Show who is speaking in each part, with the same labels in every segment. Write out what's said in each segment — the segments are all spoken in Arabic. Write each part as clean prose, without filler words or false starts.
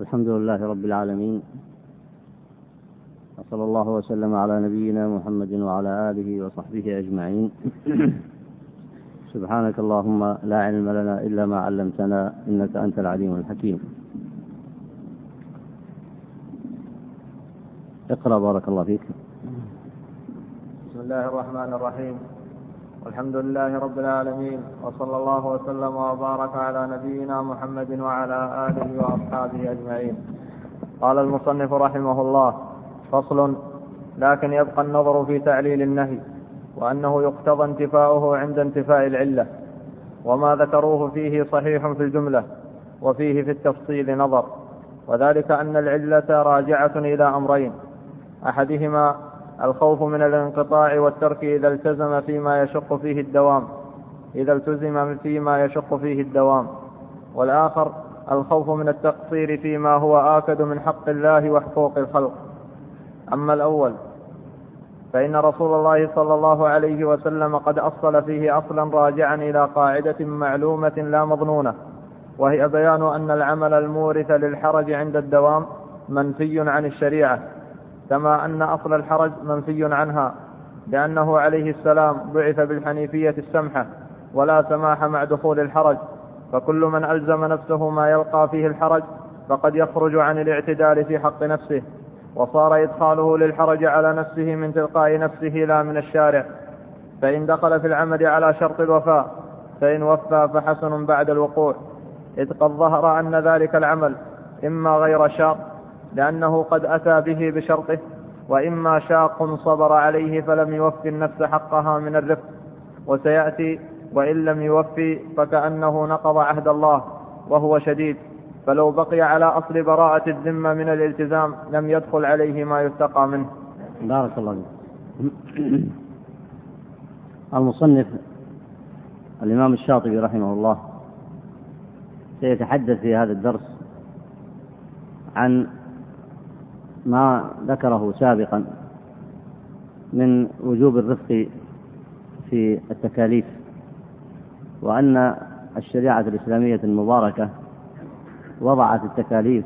Speaker 1: الحمد لله رب العالمين، وصلى الله وسلم على نبينا محمد وعلى آله وصحبه أجمعين. سبحانك اللهم لا علم لنا إلا ما علمتنا إنك أنت العليم الحكيم. اقرأ بارك الله فيك.
Speaker 2: بسم الله الرحمن الرحيم، والحمد لله رب العالمين، وصلى الله وسلم وبارك على نبينا محمد وعلى آله وأصحابه أجمعين. قال المصنف رحمه الله: فصل. لكن يبقى النظر في تعليل النهي، وأنه يقتضى انتفاؤه عند انتفاء العلة، وما ذكروه فيه صحيح في الجملة، وفيه في التفصيل نظر، وذلك أن العلة راجعة إلى أمرين: أحدهما الخوف من الانقطاع والترك إذا التزم فيما يشق فيه الدوام، والآخر الخوف من التقصير فيما هو آكد من حق الله وحقوق الخلق. أما الأول فإن رسول الله صلى الله عليه وسلم قد أصل فيه أصلا راجعا إلى قاعدة معلومة لا مظنونة، وهي بيان أن العمل المورث للحرج عند الدوام منفي عن الشريعة، كما أن أصل الحرج منفي عنها، لأنه عليه السلام بعث بالحنيفية السمحة ولا سماح مع دخول الحرج، فكل من ألزم نفسه ما يلقى فيه الحرج فقد يخرج عن الاعتدال في حق نفسه، وصار إدخاله للحرج على نفسه من تلقاء نفسه لا من الشارع. فإن دخل في العمل على شرط الوفاء فإن وفى فحسن بعد الوقوع، إذ قد ظهر أن ذلك العمل إما غير شاق لأنه قد أتى به بشرطه، وإما شاق صبر عليه فلم يوفي النفس حقها من الرفق، وسيأتي وإن لم يوفي فكأنه نقض عهد الله وهو شديد، فلو بقي على أصل براءة الذمة من الالتزام لم يدخل عليه ما يتقى منه.
Speaker 1: بارك الله فيك. المصنف الإمام الشاطبي رحمه الله سيتحدث في هذا الدرس عن ما ذكره سابقا من وجوب الرفق في التكاليف، وأن الشريعة الإسلامية المباركة وضعت التكاليف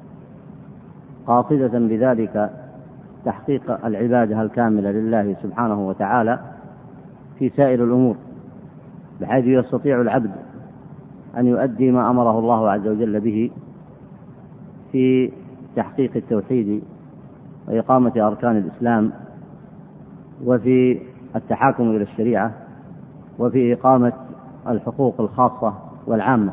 Speaker 1: قاصدة بذلك تحقيق العبادة الكاملة لله سبحانه وتعالى في سائر الأمور، بحيث يستطيع العبد أن يؤدي ما أمره الله عز وجل به في تحقيق التوحيد وإقامة أركان الإسلام، وفي التحاكم إلى الشريعة، وفي إقامة الحقوق الخاصة والعامة،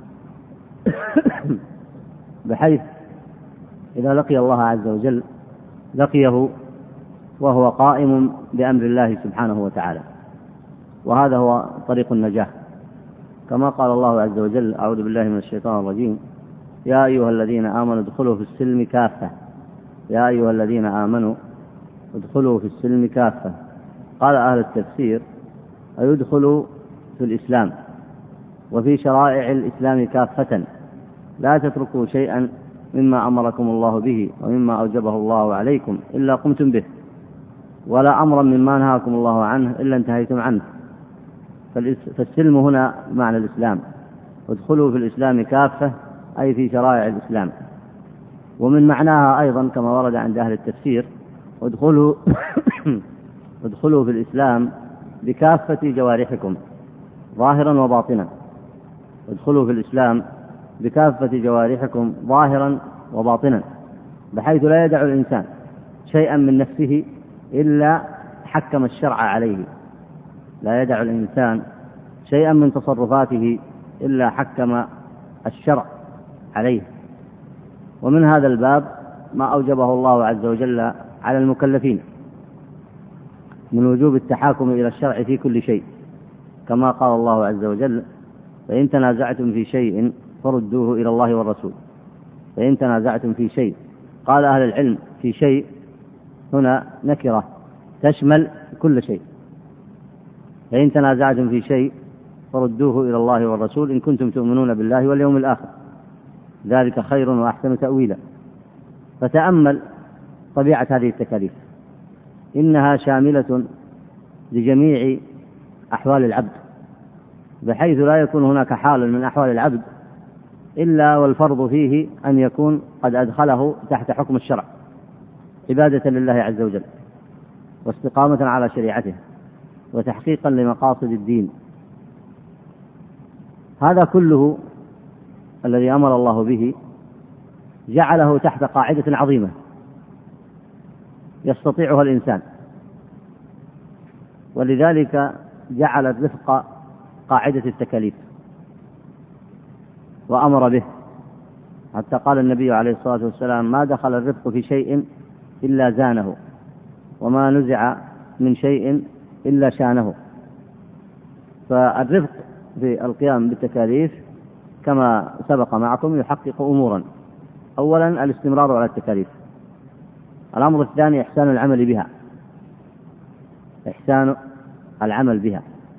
Speaker 1: بحيث إذا لقي الله عز وجل لقيه وهو قائم بأمر الله سبحانه وتعالى، وهذا هو طريق النجاة، كما قال الله عز وجل: أعوذ بالله من الشيطان الرجيم: يا أيها الذين آمنوا ادخلوا في السلم كافة. يا أيها الذين آمنوا ادخلوا في السلم كافة. قال أهل التفسير: أيدخلوا في الإسلام وفي شرائع الإسلام كافة، لا تتركوا شيئا مما أمركم الله به ومما أوجبه الله عليكم إلا قمتم به، ولا أمرا مما نهاكم الله عنه إلا انتهيتم عنه. فالسلم هنا معنى الإسلام، ادخلوا في الإسلام كافة أي في شرائع الإسلام. ومن معناها أيضا كما ورد عند أهل التفسير: ادخلوا في الإسلام بكافة جوارحكم ظاهرا وباطنا. ادخلوا في الإسلام بكافة جوارحكم ظاهرا وباطنا، بحيث لا يدع الإنسان شيئا من نفسه إلا حكم الشرع عليه، لا يدع الإنسان شيئا من تصرفاته إلا حكم الشرع عليه. ومن هذا الباب ما أوجبه الله عز وجل على المكلفين من وجوب التحاكم إلى الشرع في كل شيء، كما قال الله عز وجل: فإن تنازعتم في شيء فردوه إلى الله والرسول. فإن تنازعتم في شيء، قال أهل العلم في شيء هنا نكرة تشمل كل شيء. فإن تنازعتم في شيء فردوه إلى الله والرسول إن كنتم تؤمنون بالله واليوم الآخر، ذلك خير وأحسن تأويلا. فتأمل طبيعة هذه التكاليف، إنها شاملة لجميع أحوال العبد، بحيث لا يكون هناك حال من أحوال العبد إلا والفرض فيه أن يكون قد أدخله تحت حكم الشرع عبادة لله عز وجل واستقامة على شريعته وتحقيقا لمقاصد الدين. هذا كله الذي أمر الله به جعله تحت قاعدة عظيمة يستطيعها الإنسان، ولذلك جعل الرفق قاعدة التكاليف وأمر به، حتى قال النبي عليه الصلاة والسلام: ما دخل الرفق في شيء إلا زانه، وما نزع من شيء إلا شانه. فالرفق في القيام بالتكاليف كما سبق معكم يحقق أمورا: أولا الاستمرار على التكاليف، الأمر الثاني إحسان العمل بها، إحسان العمل بها.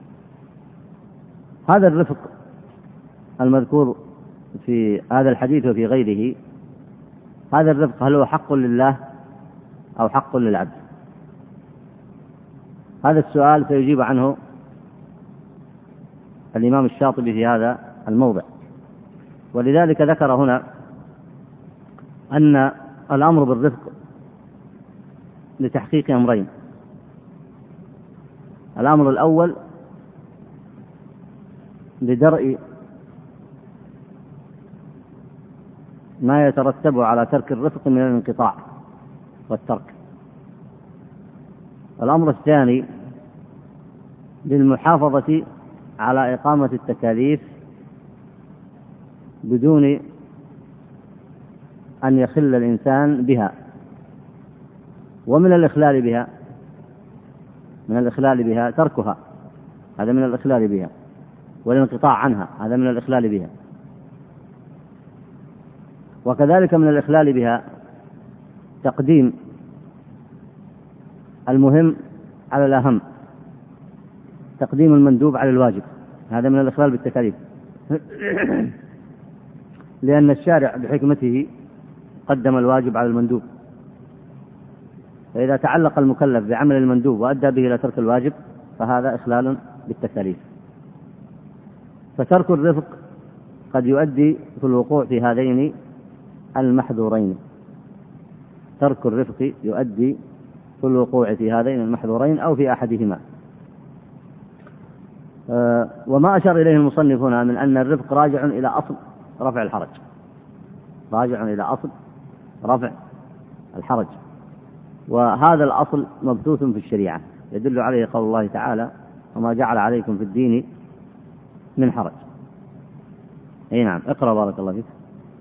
Speaker 1: هذا الرفق المذكور في هذا الحديث وفي غيره، هذا الرفق هل هو حق لله أو حق للعبد؟ هذا السؤال سيجيب عنه الإمام الشاطبي في هذا الموضع، ولذلك ذكر هنا أن الأمر بالرفق لتحقيق أمرين: الأمر الأول لدرء ما يترتب على ترك الرفق من الانقطاع والترك، الأمر الثاني للمحافظة على إقامة التكاليف بدون أن يخل الإنسان بها. ومن الإخلال بها، من الإخلال بها تركها، هذا من الإخلال بها، والانقطاع عنها هذا من الإخلال بها. وكذلك من الإخلال بها تقديم المهم على الأهم، تقديم المندوب على الواجب، هذا من الإخلال بالتكاليف لأن الشارع بحكمته قدم الواجب على المندوب، فإذا تعلق المكلف بعمل المندوب وأدى به إلى ترك الواجب فهذا إخلال بالتكاليف. فترك الرفق قد يؤدي في الوقوع في هذين المحذورين، ترك الرفق يؤدي في الوقوع في هذين المحذورين أو في أحدهما. وما أشار إليه المصنف هنا من أن الرفق راجع إلى أصل رفع الحرج، راجع إلى أصل رفع الحرج، وهذا الأصل مبثوث في الشريعة يدل عليه قول الله تعالى: وما جعل عليكم في الدين من حرج. أي نعم، اقرأ بارك الله فيك.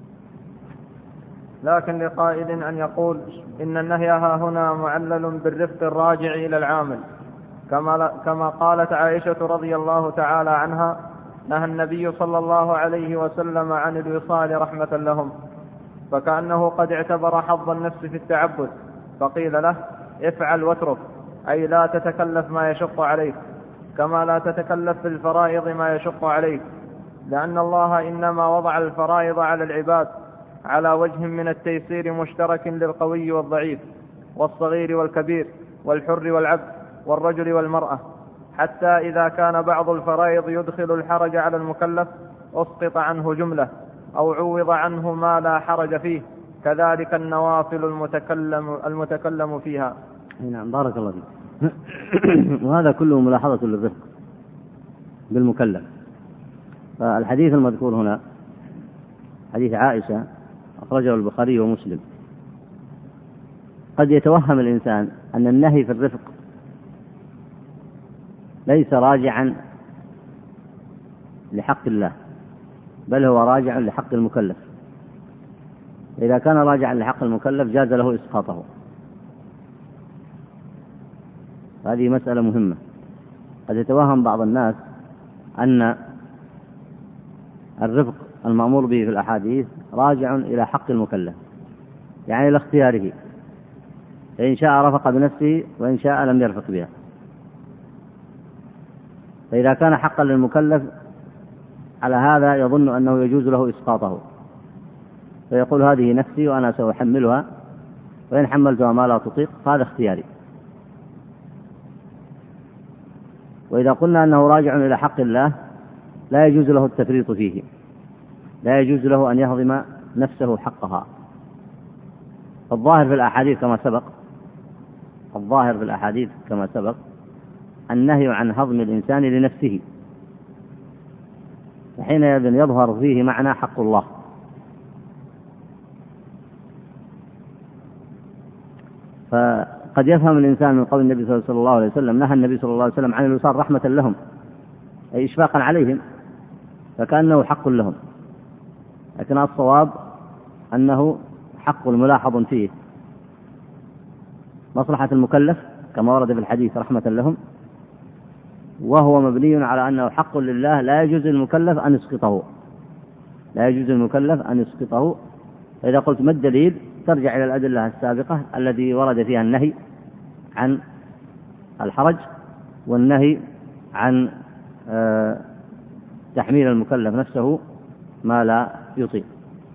Speaker 2: لكن لقائد أن يقول إن النهي ها هنا معلل بالرفق الراجع إلى العامل، كما قالت عائشة رضي الله تعالى عنها: نهى النبي صلى الله عليه وسلم عن الوصال رحمة لهم، فكأنه قد اعتبر حظ النفس في التعبد، فقيل له: افعل واترك، أي لا تتكلف ما يشق عليك، كما لا تتكلف في الفرائض ما يشق عليك، لأن الله إنما وضع الفرائض على العباد على وجه من التيسير مشترك للقوي والضعيف والصغير والكبير والحر والعبد والرجل والمرأة، حتى إذا كان بعض الفرائض يدخل الحرج على المكلف أسقط عنه جملة أو عوض عنه ما لا حرج فيه، كذلك النوافل المتكلم فيها.
Speaker 1: نعم، بارك الله فيك. وهذا كله ملاحظة للرفق بالمكلف. فالحديث المذكور هنا حديث عائشة أخرجه البخاري ومسلم. قد يتوهم الإنسان أن النهي في الرفق ليس راجعا لحق الله، بل هو راجع لحق المكلف. إذا كان راجعا لحق المكلف جاز له إسقاطه. هذه مسألة مهمة. قد يتوهم بعض الناس أن الرفق المأمور به في الأحاديث راجع إلى حق المكلف، يعني إلى اختياره، فإن شاء رفق بنفسه وإن شاء لم يرفق بها. فإذا كان حقا للمكلف على هذا يظن أنه يجوز له إسقاطه، فيقول: هذه نفسي وأنا سأحملها، وإن حملتها ما لا تطيق فهذا اختياري. وإذا قلنا أنه راجع إلى حق الله لا يجوز له التفريط فيه، لا يجوز له أن يهضم نفسه حقها. الظاهر في الأحاديث كما سبق النهي عن هضم الإنسان لنفسه، فحينئذ يظهر فيه معنى حق الله. فقد يفهم الإنسان من قول النبي صلى الله عليه وسلم: نهى النبي صلى الله عليه وسلم عن الوصال رحمة لهم، أي إشفاقا عليهم، فكأنه حق لهم، لكن الصواب أنه حق ملاحظ فيه مصلحة المكلف كما ورد في الحديث رحمة لهم، وهو مبني على أنه حق لله لا يجوز المكلف أن يسقطه. فإذا قلت ما الدليل ترجع إلى الأدلة السابقة الذي ورد فيها النهي عن الحرج والنهي عن تحميل المكلف نفسه ما لا يطيق.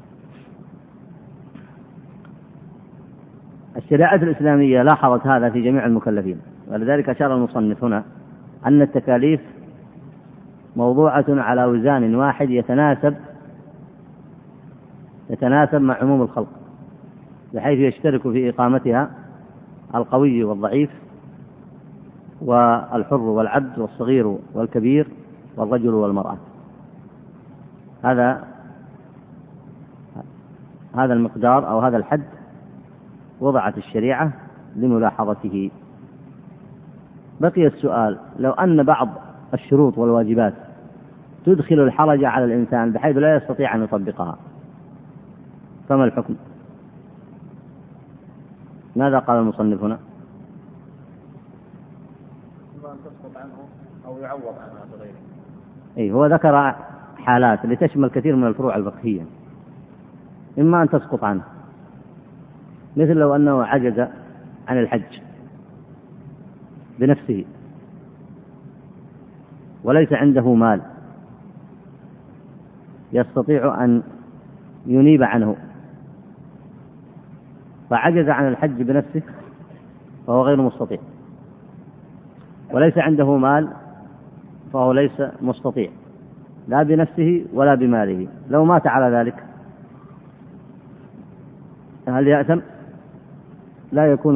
Speaker 1: الشريعة الإسلامية لاحظت هذا في جميع المكلفين، ولذلك أشار المصنف هنا أن التكاليف موضوعة على وزان واحد يتناسب مع عموم الخلق، بحيث يشترك في إقامتها القوي والضعيف والحر والعبد والصغير والكبير والرجل والمرأة. هذا المقدار أو هذا الحد وضعت الشريعة لملاحظته. بقي السؤال: لو أن بعض الشروط والواجبات تدخل الحرج على الإنسان بحيث لا يستطيع أن يطبقها، فما الحكم؟ ماذا قال المصنف هنا؟
Speaker 2: إما أن تسقط عنه أو يعوض عنها بغيره.
Speaker 1: هو ذكر حالات لتشمل كثير من الفروع الفقهية. إما أن تسقط عنه، مثل لو أنه عجز عن الحج بنفسه وليس عنده مال يستطيع أن ينيب عنه، فعجز عن الحج بنفسه فهو غير مستطيع، وليس عنده مال فهو ليس مستطيع لا بنفسه ولا بماله. لو مات على ذلك هل يأثم؟ لا يكون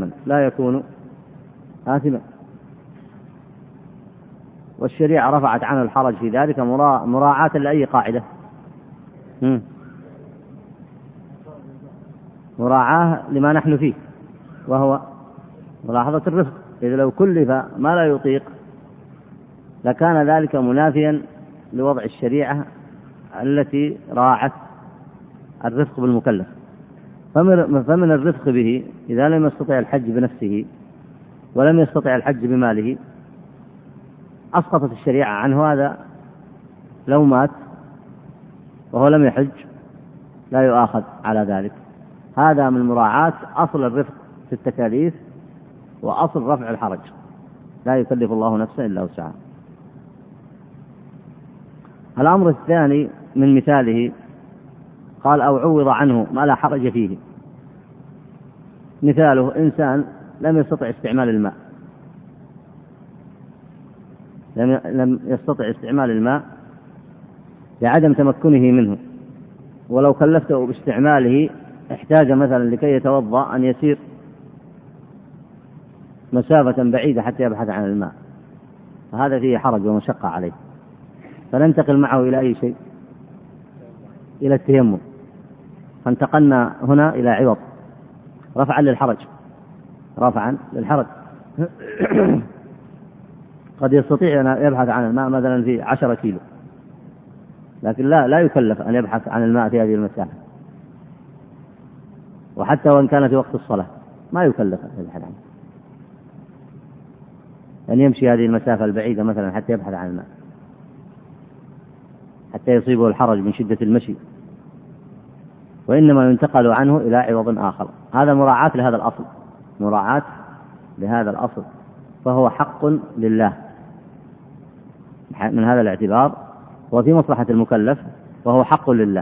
Speaker 1: آثما. والشريعة رفعت عنه الحرج في ذلك مراعاة لأي قاعدة؟ مراعاة لما نحن فيه، وهو ملاحظة الرفق. إذا لو كلف ما لا يطيق لكان ذلك منافيا لوضع الشريعة التي راعت الرفق بالمكلف. فمن الرفق به إذا لم يستطع الحج بنفسه ولم يستطع الحج بماله أسقطت الشريعة عنه. هذا لو مات وهو لم يحج لا يؤاخذ على ذلك. هذا من مراعاة أصل الرفق في التكاليف وأصل رفع الحرج، لا يكلف الله نفسا إلا وسعها. الأمر الثاني من مثاله قال: أو عوض عنه ما لا حرج فيه. مثاله إنسان لم يستطع استعمال الماء لعدم تمكنه منه، ولو كلفته باستعماله احتاج مثلا لكي يتوضأ أن يسير مسافة بعيدة حتى يبحث عن الماء، فهذا فيه حرج ومشقة عليه، فننتقل معه إلى أي شيء؟ إلى التيمم. فانتقلنا هنا إلى عوض رفعا للحرج. قد يستطيع أن يبحث عن الماء مثلا في 10 كيلو، لكن لا يكلف أن يبحث عن الماء في هذه المسافة، وحتى وإن كان في وقت الصلاة ما يكلف أن يبحث عنه، أن يمشي هذه المسافة البعيدة مثلا حتى يبحث عن الماء، حتى يصيبه الحرج من شدة المشي، وإنما ينتقل عنه إلى عوض آخر. هذا مراعاة لهذا الأصل، فهو حق لله من هذا الاعتبار، وفي مصلحة المكلف وهو حق لله.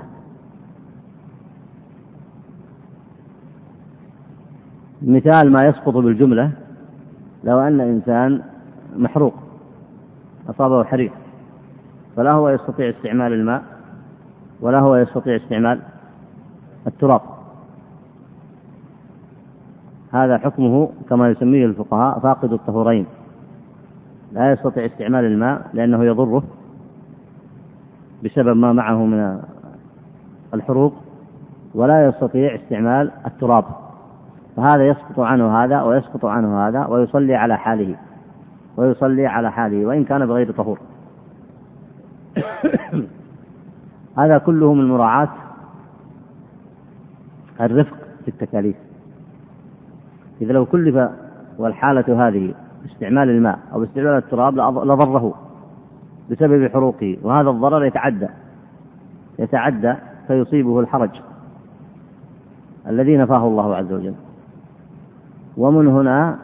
Speaker 1: مثال ما يسقط بالجملة: لو أن إنسان محروق أصابه حريق فلا هو يستطيع استعمال الماء ولا هو يستطيع استعمال التراب. هذا حكمه كما يسميه الفقهاء فاقد الطهورين، لا يستطيع استعمال الماء لأنه يضره بسبب ما معه من الحروق، ولا يستطيع استعمال التراب، فهذا يسقط عنه هذا ويسقط عنه هذا، ويصلي على حاله وإن كان بغير طهور. هذا كله من مراعاة الرفق في التكاليف. إذا لو كلف والحالة هذه استعمال الماء أو استعمال التراب لضره بسبب حروقه، وهذا الضرر يتعدى فيصيبه الحرج الذي نفاه الله عز وجل. ومن هنا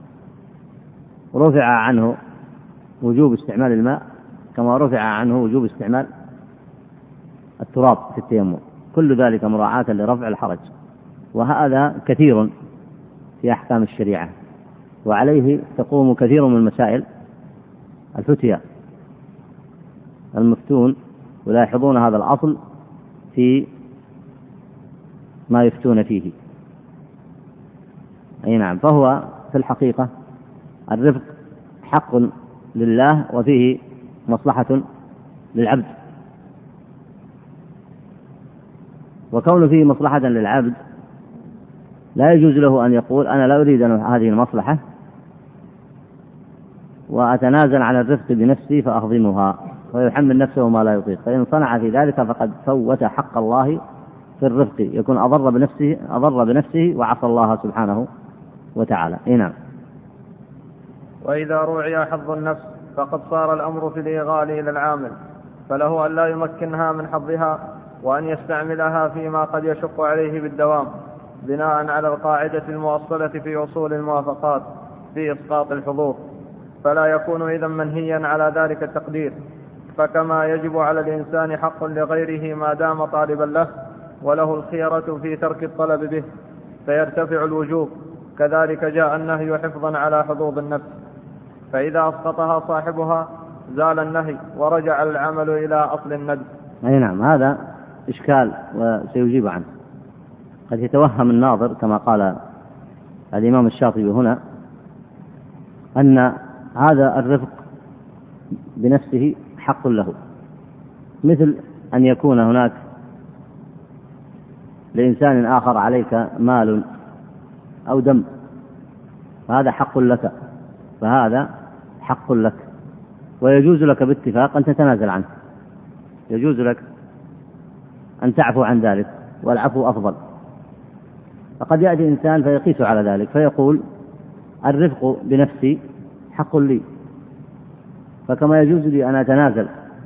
Speaker 1: رفع عنه وجوب استعمال الماء كما رفع عنه وجوب استعمال التراب في التيمم، كل ذلك مراعاة لرفع الحرج. وهذا كثير في أحكام الشريعة، وعليه تقوم كثير من مسائل الفتية. المفتون يلاحظون هذا الأصل في ما يفتون فيه. أي نعم، فهو في الحقيقة الرفق حق لله وفيه مصلحة للعبد، وكون فيه مصلحة للعبد لا يجوز له أن يقول أنا لا أريد هذه المصلحة وأتنازل عن الرفق بنفسي فأهضمها ويحمل نفسه ما لا يطيق، فإن صنع في ذلك فقد فوت حق الله في الرفق، يكون أضر بنفسه وعصى الله سبحانه وتعالى. نعم.
Speaker 2: وإذا روعي حظ النفس فقد صار الأمر في الإيغال إلى العامل، فله أن لا يمكنها من حظها وأن يستعملها فيما قد يشق عليه بالدوام، بناء على القاعدة المؤصلة في أصول الموافقات في إسقاط الحظوظ، فلا يكون إذن منهيا على ذلك التقدير. فكما يجب على الإنسان حق لغيره ما دام طالبا له وله الخيرة في ترك الطلب به فيرتفع الوجوب، كذلك جاء النهي حفظا على حظوظ النفس، فإذا أسقطها صاحبها زال النهي ورجع العمل إلى أصل الندب.
Speaker 1: أي نعم، هذا إشكال وسيجيب عنه. قد يتوهم الناظر كما قال الإمام الشاطبي هنا أن هذا الرفق بنفسه حق له، مثل أن يكون هناك لإنسان آخر عليك مال أو دم، فهذا حق لك ويجوز لك باتفاق أن تتنازل عنه، يجوز لك أن تعفو عن ذلك، والعفو أفضل. فقد يأتي إنسان فيقيس على ذلك فيقول الرفق بنفسي حق لي، فكما يجوز لي أن أتنازل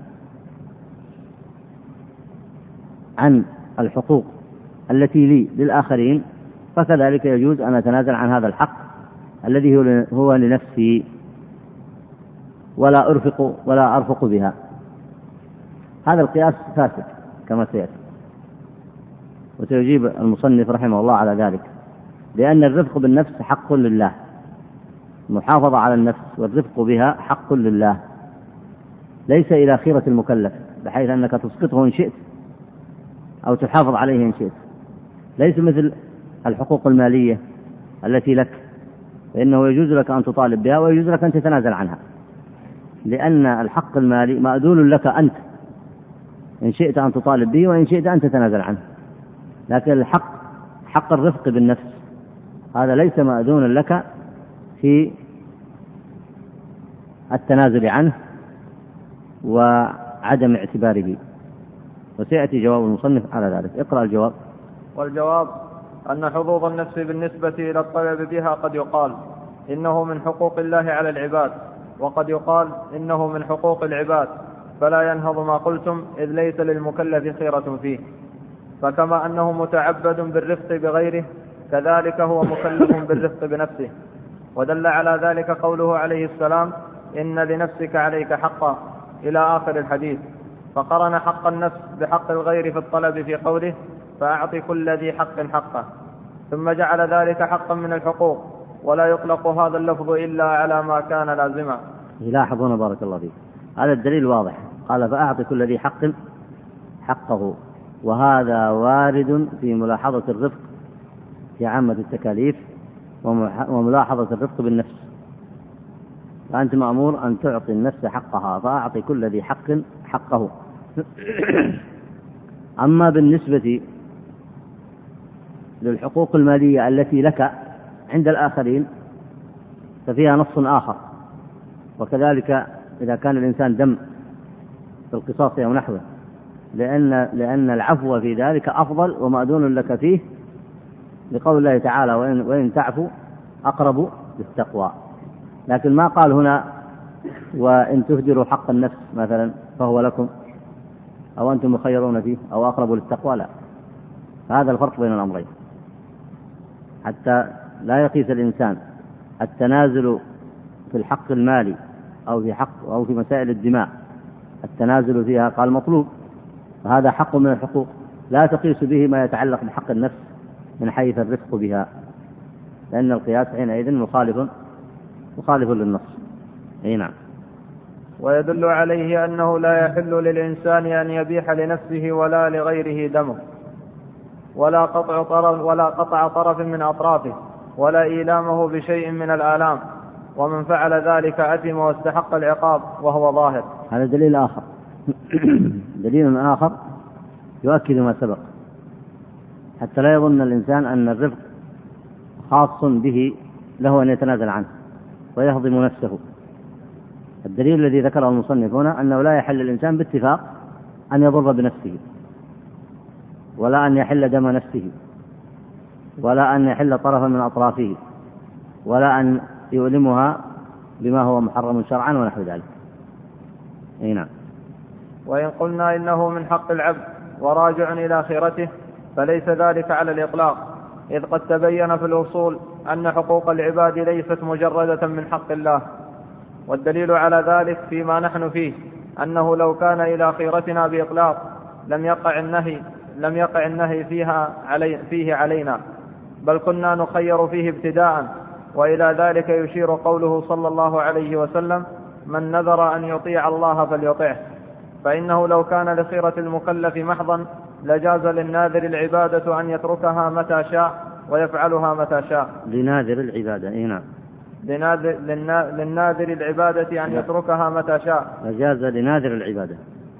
Speaker 1: عن الحقوق التي لي للآخرين، فكذلك يجوز أن أتنازل عن هذا الحق الذي هو لنفسي ولا أرفق بها. هذا القياس فاسد كما سيأتي، وسيجيب المصنف رحمه الله على ذلك، لأن الرفق بالنفس حق لله، المحافظة على النفس والرفق بها حق لله، ليس إلى خيرة المكلف بحيث أنك تسقطه إن شئت أو تحافظ عليه إن شئت، ليس مثل الحقوق المالية التي لك، فإنه يجوز لك أن تطالب بها ويجوز لك أن تتنازل عنها، لأن الحق المالي مأذون لك أنت إن شئت أن تطالب به وإن شئت أن تتنازل عنه، لكن حق الرفق بالنفس هذا ليس مأذون لك في التنازل عنه وعدم اعتباره، وسيأتي جواب المصنف على ذلك. اقرأ الجواب.
Speaker 2: والجواب أن حظوظ النفس بالنسبة إلى الطلب بها قد يقال إنه من حقوق الله على العباد، وقد يقال إنه من حقوق العباد، فلا ينهض ما قلتم إذ ليس للمكلف خيرة فيه. فكما أنه متعبد بالرفق بغيره كذلك هو مكلف بالرفق بنفسه، ودل على ذلك قوله عليه السلام إن لنفسك عليك حقا إلى آخر الحديث، فقرن حق النفس بحق الغير في الطلب في قوله فأعط كل ذي حق حقه، ثم جعل ذلك حقا من الحقوق، ولا يطلق هذا اللفظ إلا على ما كان لازما.
Speaker 1: لاحظون بارك الله فيك، هذا الدليل واضح، قال فأعط كل ذي حقه، وهذا وارد في ملاحظة الرفق في عامة التكاليف وملاحظة الرفق بالنفس. فأنت مأمور أن تعطي النفس حقها، فأعطي كل ذي حق حقه. أما بالنسبة للحقوق المالية التي لك عند الآخرين ففيها نص آخر، وكذلك إذا كان الإنسان دم في القصاص أو نحوه، لأن العفو في ذلك أفضل ومأذون لك فيه، لقول الله تعالى وإن تعفوا أقرب للتقوى. لكن ما قال هنا وإن تهدروا حق النفس مثلا فهو لكم أو أنتم مخيرون فيه أو أقرب للتقوى، لا. هذا الفرق بين الأمرين، حتى لا يقيس الإنسان التنازل في الحق المالي أو في مسائل الدماء، التنازل فيها قال مطلوب، فهذا حق من الحقوق، لا تقيس به ما يتعلق بحق النفس من حيث الرفق بها، لأن القياس حينئذ مخالف للنص. أي نعم.
Speaker 2: ويدل عليه أنه لا يحل للإنسان أن يبيح لنفسه ولا لغيره دمه، ولا قطع طرف من أطرافه، ولا إيلامه بشيء من الآلام، ومن فعل ذلك أثم واستحق العقاب وهو ظاهر.
Speaker 1: هذا دليل آخر. دليل آخر يؤكد ما سبق، حتى لا يظن الإنسان أن الرفق خاص به له أن يتنازل عنه ويهضم نفسه. الدليل الذي ذكره المصنف هنا أنه لا يحل الإنسان باتفاق أن يضر بنفسه، ولا أن يحل دم نفسه، ولا أن يحل طرفا من أطرافه، ولا أن يؤلمها بما هو محرم شرعا ونحو ذلك. أي نعم.
Speaker 2: وإن قلنا إنه من حق العبد وراجع إلى خيرته فليس ذلك على الإطلاق، إذ قد تبين في الأصول أن حقوق العباد ليست مجردة من حق الله، والدليل على ذلك فيما نحن فيه، أنه لو كان إلى خيرتنا بإطلاق لم يقع النهي فيه علينا، بل كنا نخير فيه ابتداء. وإلى ذلك يشير قوله صلى الله عليه وسلم: من نذر أن يطيع الله فليطعه، فإنه لو كان لخيرة المكلف محضا لجاز للناذر العبادة أن يتركها متى شاء ويفعلها متى شاء.
Speaker 1: لناذر العبادة. إيه نعم.
Speaker 2: للناذر العبادة أن يتركها متى شاء.
Speaker 1: لجاز لناذر العبادة.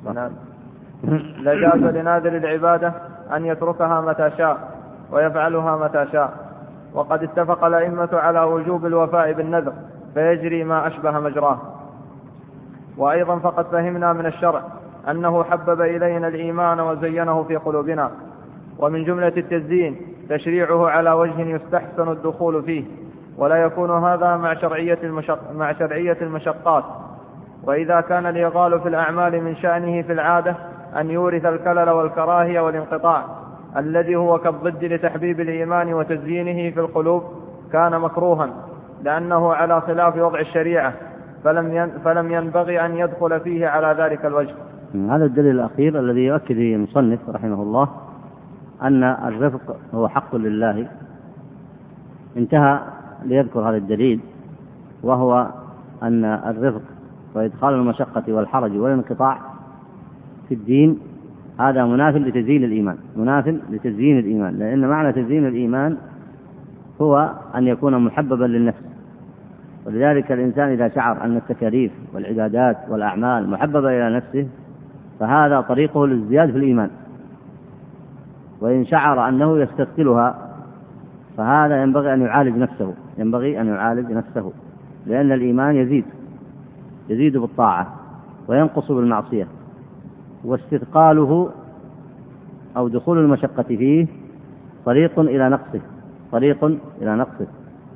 Speaker 2: لجاز لناذر العبادة أن يتركها متى شاء ويفعلها متى شاء. وقد اتفق الأئمة على وجوب الوفاء بالنذر فيجري ما أشبه مجراه. وأيضا فقد فهمنا من الشرع أنه حبب إلينا الإيمان وزينه في قلوبنا، ومن جملة التزيين تشريعه على وجه يستحسن الدخول فيه، ولا يكون هذا مع شرعية المشقات. وإذا كان الإغال في الأعمال من شأنه في العادة أن يورث الكلل والكراهية والانقطاع الذي هو كالضد لتحبيب الإيمان وتزيينه في القلوب، كان مكروها لأنه على خلاف وضع الشريعة، فلم ينبغي أن يدخل فيه على ذلك الوجه.
Speaker 1: هذا الدليل الأخير الذي يؤكد به المصنف رحمه الله أن الرفق هو حق لله. انتهى ليذكر هذا الدليل، وهو أن الرفق وإدخال المشقة والحرج والانقطاع في الدين هذا مناف لتزيين الإيمان، لأن معنى تزيين الإيمان هو أن يكون محببا للنفس. ولذلك الإنسان إذا شعر أن التكاليف والعبادات والأعمال محببة إلى نفسه فهذا طريقه للزيادة في الإيمان. وإن شعر أنه يستثقلها فهذا ينبغي أن يعالج نفسه، لأن الإيمان يزيد بالطاعة وينقص بالمعصية، واستثقاله أو دخول المشقة فيه طريق إلى نقصه،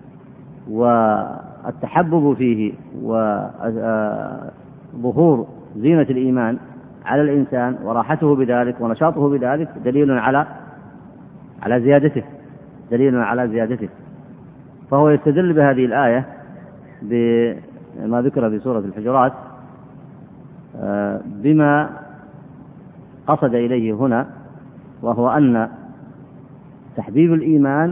Speaker 1: والتحبب فيه وظهور زينة الإيمان على الإنسان وراحته بذلك ونشاطه بذلك دليل على زيادته. فهو يستدل بهذه الآية بما ذكر في سورة الحجرات بما قصد إليه هنا، وهو أن تحبيب الإيمان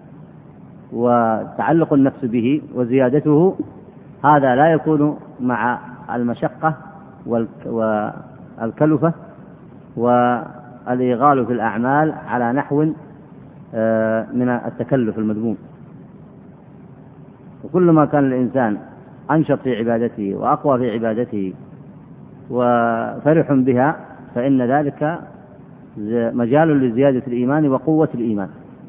Speaker 1: وتعلق النفس به وزيادته هذا لا يكون مع المشقة والكلفة والإيغال في الأعمال على نحو من التكلف المذموم. وكل ما كان الإنسان أنشط في عبادته وأقوى في عبادته وفرح بها فإن ذلك مجال لزيادة الإيمان وقوة الإيمان.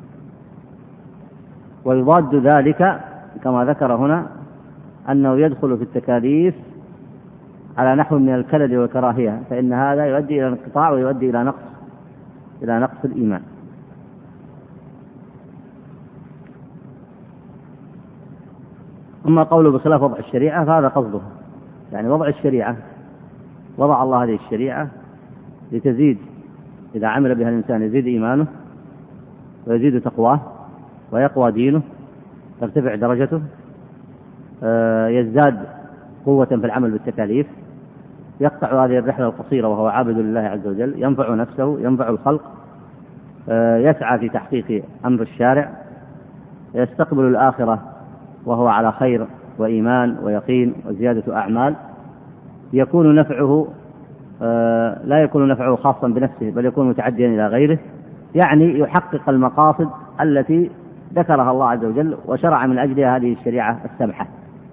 Speaker 1: ويضاد ذلك كما ذكر هنا أنه يدخل في التكاليف على نحو من الكلل والكراهية، فإن هذا يؤدي إلى انقطاع ويؤدي إلى نقص الإيمان. أما قوله بخلاف وضع الشريعة فهذا قصده، يعني وضع الشريعة وضع الله هذه الشريعة لتزيد، إذا عمل بها الإنسان يزيد إيمانه ويزيد تقواه ويقوى دينه، ترتفع درجته، يزداد قوة في العمل بالتكاليف، يقطع هذه الرحلة القصيرة وهو عابد لله عز وجل، ينفع نفسه ينفع الخلق، يسعى في تحقيق أمر الشارع، يستقبل الآخرة وهو على خير وإيمان ويقين وزيادة أعمال. يكون نفعه لا يكون نفعه خاصا بنفسه بل يكون متعديا إلى غيره، يعني يحقق المقاصد التي ذكرها الله عز وجل وشرع من أجلها هذه الشريعة السمحة.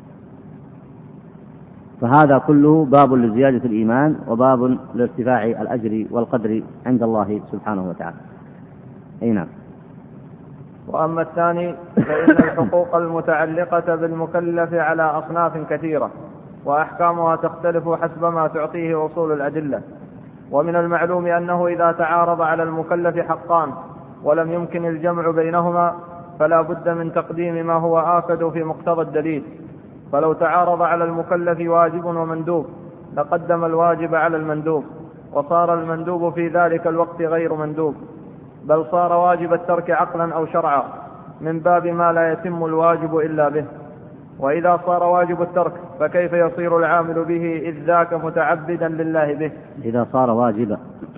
Speaker 1: فهذا كله باب لزيادة الإيمان وباب لارتفاع الأجر والقدر عند الله سبحانه وتعالى. أي نعم.
Speaker 2: وأما الثاني فإن الحقوق المتعلقة بالمكلف على أصناف كثيرة، وأحكامها تختلف حسب ما تعطيه أصول الأدلة. ومن المعلوم أنه إذا تعارض على المكلف حقان ولم يمكن الجمع بينهما فلا بد من تقديم ما هو آكد في مقتضى الدليل. فلو تعارض على المكلف واجب ومندوب لقدم الواجب على المندوب، وصار المندوب في ذلك الوقت غير مندوب، بل صار واجب الترك عقلا أو شرعا من باب ما لا يتم الواجب إلا به. وإذا صار واجب الترك فكيف يصير العامل به إذ ذاك متعبدا لله به؟
Speaker 1: إذا صار واجبا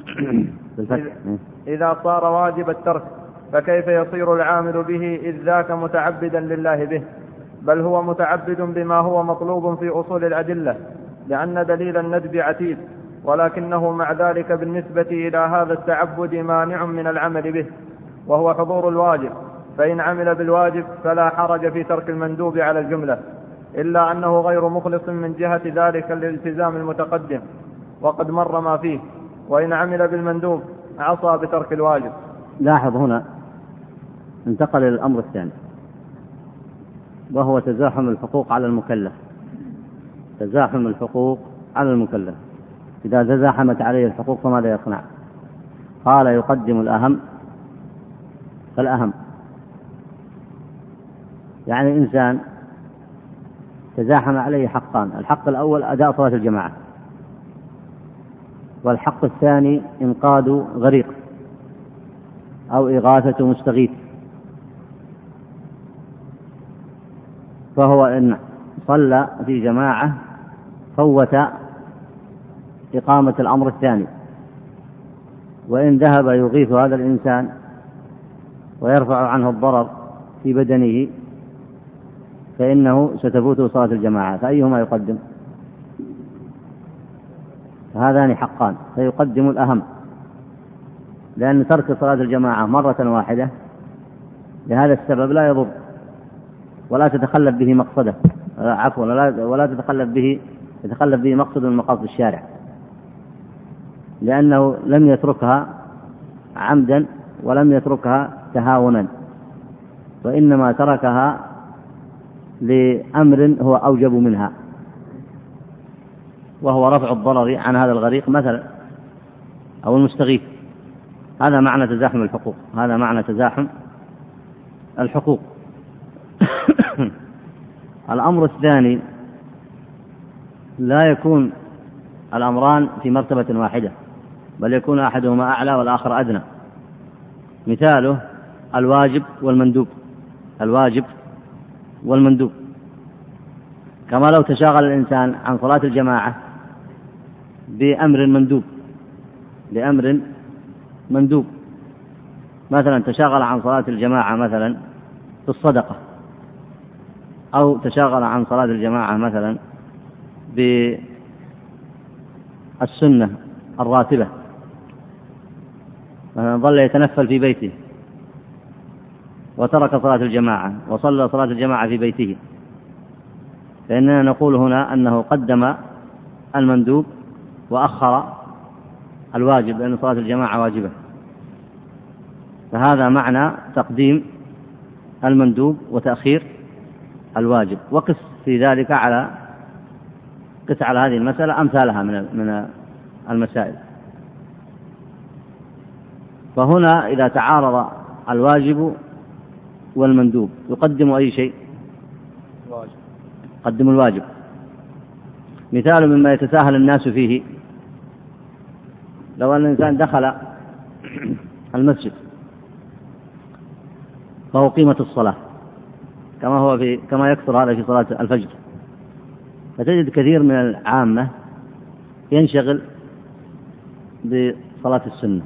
Speaker 2: إذا صار واجب الترك فكيف يصير العامل به إذ ذاك متعبدا لله به؟ بل هو متعبد بما هو مطلوب في أصول الأدلة، لأن دليل الندب عتيد، ولكنه مع ذلك بالنسبة إلى هذا التعبد مانع من العمل به، وهو حضور الواجب. فإن عمل بالواجب فلا حرج في ترك المندوب على الجملة، إلا أنه غير مخلص من جهة ذلك الالتزام المتقدم وقد مر ما فيه. وإن عمل بالمندوب عصى بترك الواجب.
Speaker 1: لاحظ هنا انتقل إلى الأمر الثاني، وهو تزاحم الحقوق على المكلف. تزاحم الحقوق على المكلف، إذا تزاحمت عليه الحقوق فماذا يصنع؟ قال يقدم الأهم فالأهم. يعني إنسان تزاحم عليه حقان، الحق الأول أداء صلاة الجماعة، والحق الثاني إنقاذ غريق أو إغاثة مستغيث. فهو إن صلى في جماعة فوت إقامة الأمر الثاني، وإن ذهب يغيث هذا الإنسان ويرفع عنه الضرر في بدنه فإنه ستفوته صلاة الجماعة، فأيهما يقدم؟ هذان حقان، فيقدم الأهم، لأن ترك صلاة الجماعة مرة واحدة لهذا السبب لا يضر ولا تتخلف به مقصده، ولا يتخلف به مقصد من مقاصد الشارع، لأنه لم يتركها عمدا ولم يتركها تهاونا، وإنما تركها لأمر هو أوجب منها، وهو رفع الضرر عن هذا الغريق مثلا أو المستغيث. هذا معنى تزاحم الحقوق، هذا معنى تزاحم الحقوق. الأمر الثاني لا يكون الأمران في مرتبة واحدة، بل يكون أحدهما أعلى والآخر أدنى. مثاله الواجب والمندوب، الواجب والمندوب، كما لو تشاغل الإنسان عن صلاة الجماعة بأمر مندوب، مثلا تشاغل عن صلاة الجماعة مثلا بالصدقة، أو تشاغل عن صلاة الجماعة مثلا بالسنة الراتبة، مثلا ظل يتنفل في بيته وترك صلاة الجماعة وصلى صلاة الجماعة في بيته، فإننا نقول هنا أنه قدم المندوب وأخر الواجب، لأن صلاة الجماعة واجبة. فهذا معنى تقديم المندوب وتأخير الواجب. وقس في ذلك قس على هذه المسألة أمثالها من المسائل. فهنا إذا تعارض الواجب والمندوب يقدم أي شيء؟ قدم الواجب. مثال مما يتساهل الناس فيه: لو أن الإنسان دخل المسجد فهو قيمة الصلاة، كما يكثر هذا في صلاة الفجر، فتجد كثير من العامة ينشغل بصلاة السنة،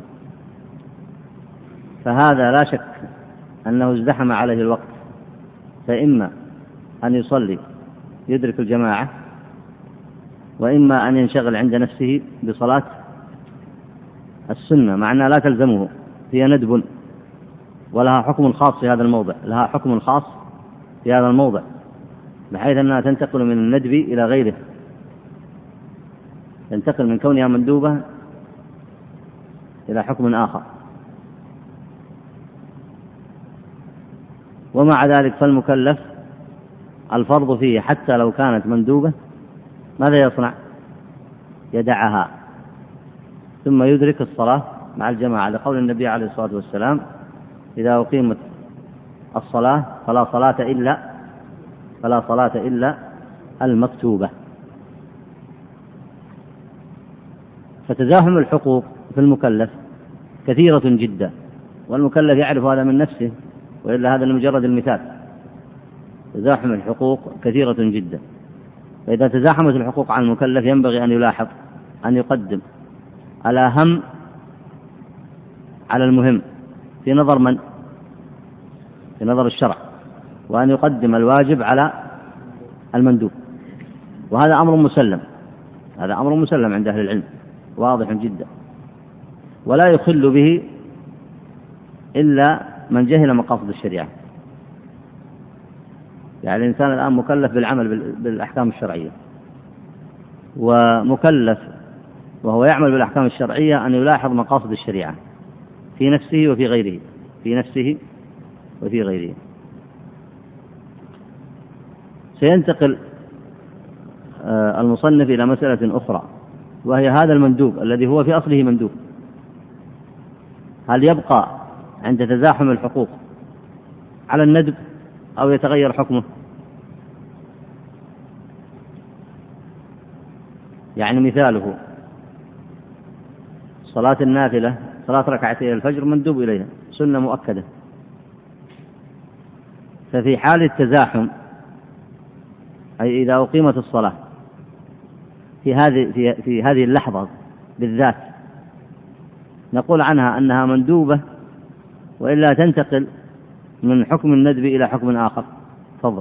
Speaker 1: فهذا لا شك أنه ازدحم عليه الوقت، فإما أن يصلي يدرك الجماعة، وإما أن ينشغل عند نفسه بصلاة السنة، مع أنها لا تلزمه، هي ندب ولها حكم خاص في هذا الموضع، لها حكم خاص في هذا الموضع، بحيث أنها تنتقل من الندب إلى غيره، تنتقل من كونها مندوبة إلى حكم آخر. ومع ذلك فالمكلف الفرض فيه حتى لو كانت مندوبة ماذا يصنع؟ يدعها ثم يدرك الصلاة مع الجماعة، لقول النبي عليه الصلاة والسلام: إذا أقيمت الصلاة فلا صلاة إلا المكتوبة. فتزاحم الحقوق في المكلف كثيرة جدا، والمكلف يعرف هذا من نفسه، وإلا هذا لمجرد المثال. تزاحم الحقوق كثيرة جدا، فإذا تزاحمت الحقوق عن المكلف ينبغي أن يلاحظ أن يقدم الأهم على المهم في نظر من؟ في نظر الشرع، وأن يقدم الواجب على المندوب. وهذا أمر مسلم، هذا أمر مسلم عند أهل العلم، واضح جدا، ولا يخل به إلا من جهل مقاصد الشريعة. يعني الإنسان الآن مكلف بالعمل بالأحكام الشرعية، ومكلف وهو يعمل بالأحكام الشرعية أن يلاحظ مقاصد الشريعة في نفسه وفي غيره، في نفسه وفي غيره. سينتقل المصنف إلى مسألة أخرى، وهي هذا المندوب الذي هو في أصله مندوب، هل يبقى عند تزاحم الحقوق على الندب أو يتغير حكمه؟ يعني مثاله صلاة النافلة، صلاة ركعتي الفجر مندوب إليها، سنة مؤكدة، ففي حال التزاحم، أي إذا أقيمت الصلاة في هذه اللحظة بالذات، نقول عنها أنها مندوبة، وإلا تنتقل من حكم الندب إلى حكم آخر. تفضل.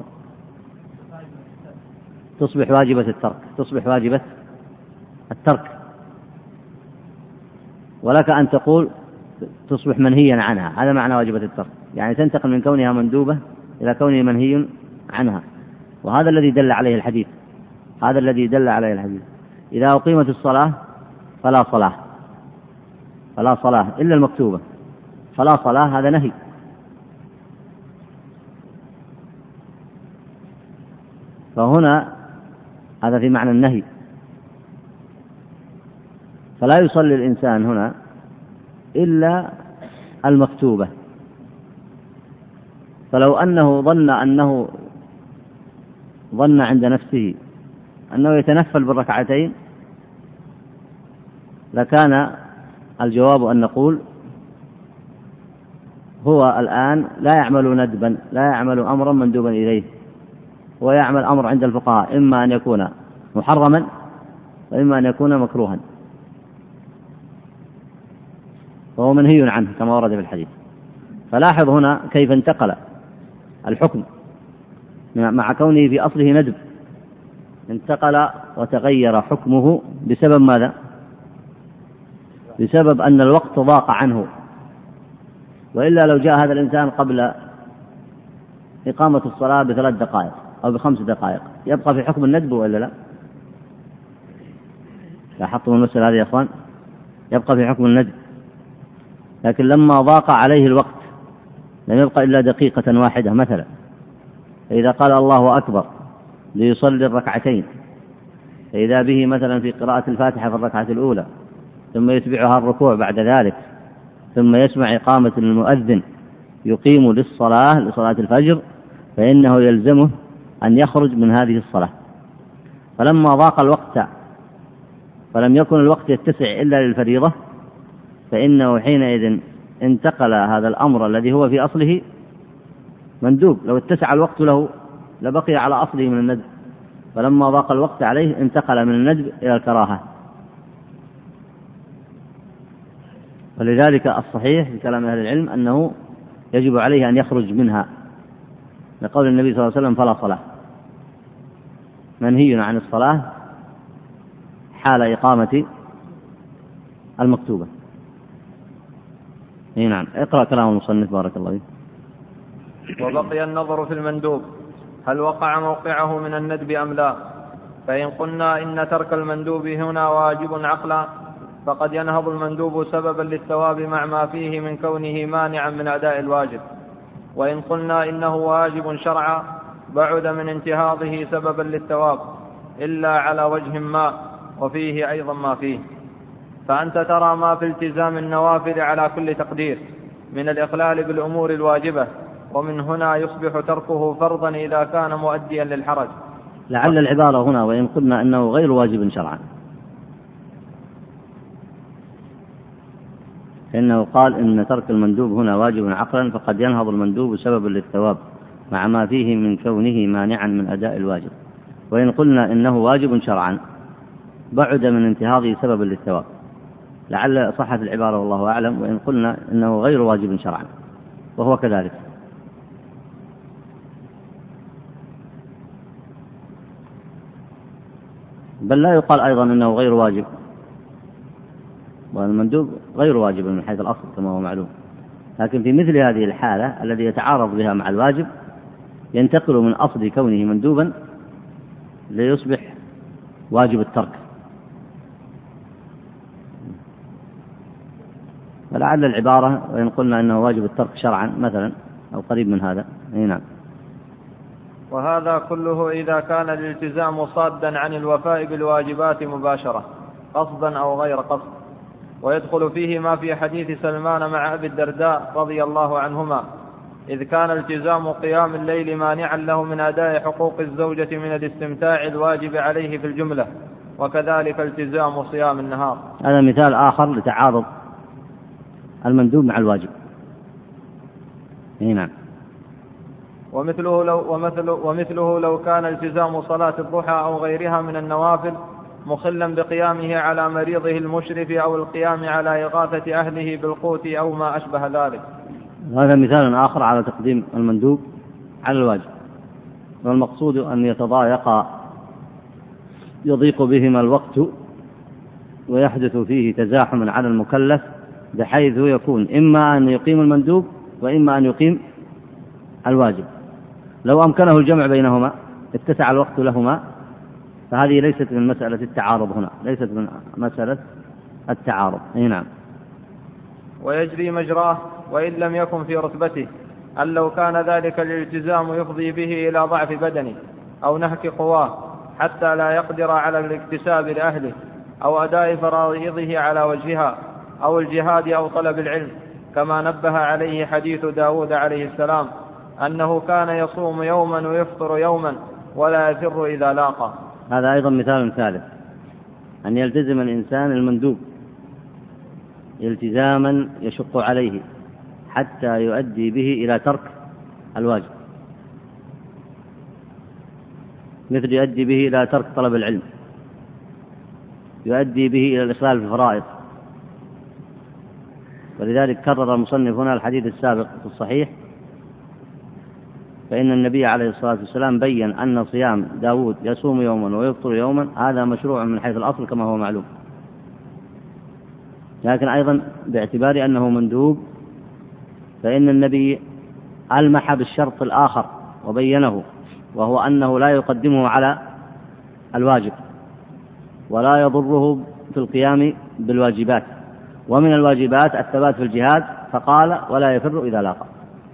Speaker 1: تصبح واجبة الترك، تصبح واجبة الترك، ولك أن تقول تصبح منهيا عنها، هذا معنى واجبة الترك، يعني تنتقل من كونها مندوبة إلى كونها منهي عنها. وهذا الذي دل عليه الحديث، هذا الذي دل عليه الحديث: إذا أقيمت الصلاة فلا صلاة إلا المكتوبة، فلا صلاة، هذا نهي. فهنا هذا في معنى النهي، فلا يصلي الإنسان هنا إلا المكتوبة. فلو أنه ظن عند نفسه أنه يتنفل بالركعتين، لكان الجواب أن نقول هو الآن لا يعمل ندبا، لا يعمل أمرا مندوبا إليه، ويعمل أمر عند الفقهاء إما أن يكون محرما وإما أن يكون مكروها، وهو منهي عنه كما ورد في الحديث. فلاحظ هنا كيف انتقل الحكم مع كونه في أصله ندب، انتقل وتغير حكمه بسبب ماذا؟ بسبب أن الوقت ضاق عنه وإلا لو جاء هذا الإنسان قبل إقامة الصلاة ب3 دقائق أو ب5 دقائق يبقى في حكم الندب وإلا لا؟ لاحظتم المسألة هذه يا أخوان؟ يبقى في حكم الندب، لكن لما ضاق عليه الوقت لم يبقى إلا دقيقة واحدة مثلا، فإذا قال الله أكبر ليصلي الركعتين فإذا به مثلا في قراءة الفاتحة في الركعة الأولى ثم يتبعها الركوع بعد ذلك ثم يسمع إقامة المؤذن يقيم لصلاة الفجر، فإنه يلزمه أن يخرج من هذه الصلاة. فلما ضاق الوقت فلم يكن الوقت يتسع إلا للفريضة، فإنه حينئذ انتقل هذا الأمر الذي هو في أصله مندوب، لو اتسع الوقت له لبقي على أصله من الندب، فلما ضاق الوقت عليه انتقل من الندب إلى الكراهة. ولذلك الصحيح في كلام أهل العلم أنه يجب عليه أن يخرج منها، لقول النبي صلى الله عليه وسلم: فلا صلاة، منهي عن الصلاة حال إقامة المكتوبة. نعم، اقرأ كلام المصنف بارك الله فيك.
Speaker 2: وبقي النظر في المندوب، هل وقع موقعه من الندب أم لا؟ فإن قلنا إن ترك المندوب هنا واجب عقلا فقد ينهض المندوب سببا للثواب مع ما فيه من كونه مانعا من أداء الواجب، وإن قلنا إنه واجب شرعا بعد من انتهاضه سببا للثواب إلا على وجه ما، وفيه أيضا ما فيه. فأنت ترى ما في التزام النوافل على كل تقدير من الإخلال بالأمور الواجبة، ومن هنا يصبح تركه فرضا إذا كان مؤديا للحرج.
Speaker 1: لعل العبارة هنا وإن قلنا أنه غير واجب شرعا، فإنه قال إن ترك المندوب هنا واجب عقلا فقد ينهض المندوب سببا للثواب مع ما فيه من كونه مانعا من أداء الواجب، وإن قلنا إنه واجب شرعا بعد من انتهاضه سببا للثواب، لعل صحة العبارة والله أعلم، وإن قلنا إنه غير واجب شرعا، وهو كذلك. بل لا يقال أيضا إنه غير واجب، والمندوب غير واجب من حيث الأصل كما هو معلوم، لكن في مثل هذه الحالة الذي يتعارض بها مع الواجب ينتقل من أصل كونه مندوبا ليصبح واجب الترك. فلعل العبارة وإن قلنا إنه واجب الترك شرعا مثلا أو قريب من هذا. نعم.
Speaker 2: وهذا كله إذا كان الالتزام صادا عن الوفاء بالواجبات مباشرة قصدا أو غير قصد، ويدخل فيه ما في حديث سلمان مع أبي الدرداء رضي الله عنهما، إذ كان التزام قيام الليل مانعا له من أداء حقوق الزوجة من الاستمتاع الواجب عليه في الجملة، وكذلك التزام صيام النهار.
Speaker 1: هذا مثال آخر لتعارض المندوب مع الواجب. نعم.
Speaker 2: ومثله لو كان التزام صلاة الضحى أو غيرها من النوافل مخلا بقيامه على مريضه المشرف أو القيام على إغاثة أهله بالقوت أو ما أشبه ذلك.
Speaker 1: هذا مثال آخر على تقديم المندوب على الواجب، والمقصود أن يضيق بهما الوقت ويحدث فيه تزاحم على المكلف بحيث يكون إما أن يقيم المندوب وإما أن يقيم الواجب. لو أمكنه الجمع بينهما اتسع الوقت لهما، فهذه ليست من مسألة التعارض هنا، ليست من مسألة التعارض. نعم.
Speaker 2: ويجري مجراه وإن لم يكن في رتبته، أن لو كان ذلك الالتزام يفضي به إلى ضعف بدنه أو نهك قواه حتى لا يقدر على الاكتساب لأهله أو أداء فرائضه على وجهها أو الجهاد أو طلب العلم، كما نبه عليه حديث داود عليه السلام أنه كان يصوم يوما ويفطر يوما ولا يفر إذا لاقى.
Speaker 1: هذا أيضا مثال ثالث، أن يلتزم الإنسان المندوب التزاما يشق عليه حتى يؤدي به إلى ترك الواجب، مثل يؤدي به إلى ترك طلب العلم، يؤدي به إلى الإخلال في الفرائض. ولذلك كرر المصنف هنا الحديث السابق في الصحيح، فإن النبي عليه الصلاة والسلام بيّن أن صيام داود يصوم يوما ويفطر يوما هذا مشروع من حيث الأصل كما هو معلوم، لكن أيضا باعتبار أنه مندوب فإن النبي ألمح بالشرط الآخر وبينه، وهو أنه لا يقدمه على الواجب ولا يضره في القيام بالواجبات، ومن الواجبات الثبات في الجهاد، فقال ولا يفر إذا لاقى.